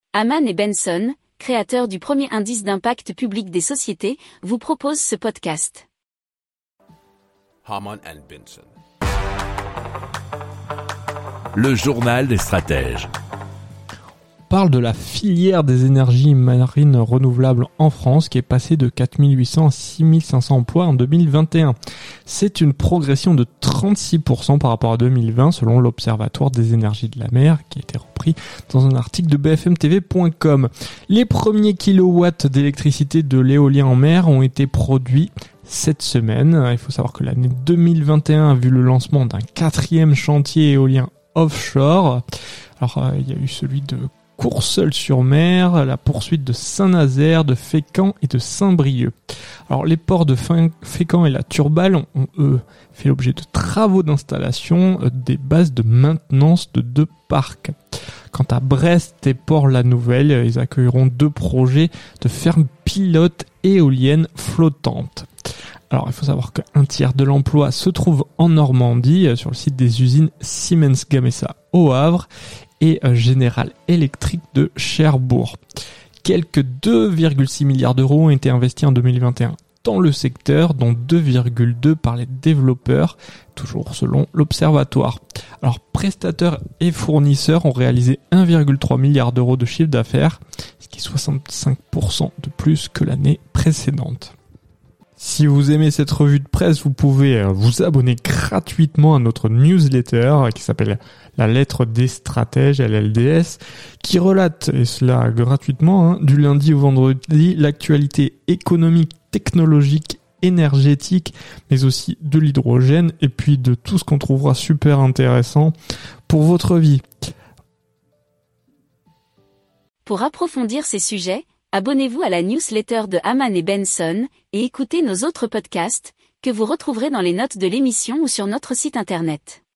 Hamann et Benson, créateurs du premier indice d'impact public des sociétés, vous proposent ce podcast. Hamann and Benson. Le journal des stratèges. On parle de la filière des énergies marines renouvelables en France qui est passée de 4800 à 6500 emplois en 2021. C'est une progression de 36% par rapport à 2020 selon l'Observatoire des énergies de la mer qui a été repris dans un article de bfmtv.com. Les premiers kilowatts d'électricité de l'éolien en mer ont été produits cette semaine. Il faut savoir que l'année 2021 a vu le lancement d'un 4e chantier éolien offshore. Alors il y a eu celui de Courseulles-sur-Mer, la poursuite de Saint-Nazaire, de Fécamp et de Saint-Brieuc. Alors les ports de Fécamp et la Turballe ont eux fait l'objet de travaux d'installation des bases de maintenance de 2 parcs. Quant à Brest et Port-la-Nouvelle, ils accueilleront 2 projets de fermes pilotes éoliennes flottantes. Alors il faut savoir qu'un tiers de l'emploi se trouve en Normandie, sur le site des usines Siemens Gamesa au Havre et General Electric de Cherbourg. Quelques 2,6 milliards d'euros ont été investis en 2021 dans le secteur, dont 2,2 par les développeurs, toujours selon l'Observatoire. Alors prestataires et fournisseurs ont réalisé 1,3 milliard d'euros de chiffre d'affaires, ce qui est 65% de plus que l'année précédente. Si vous aimez cette revue de presse, vous pouvez vous abonner gratuitement à notre newsletter qui s'appelle La Lettre des Stratèges, LLDS, qui relate, et cela gratuitement, du lundi au vendredi, l'actualité économique, technologique, énergétique, mais aussi de l'hydrogène, et puis de tout ce qu'on trouvera super intéressant pour votre vie. Pour approfondir ces sujets, abonnez-vous à la newsletter de Hamann et Benson et écoutez nos autres podcasts que vous retrouverez dans les notes de l'émission ou sur notre site internet.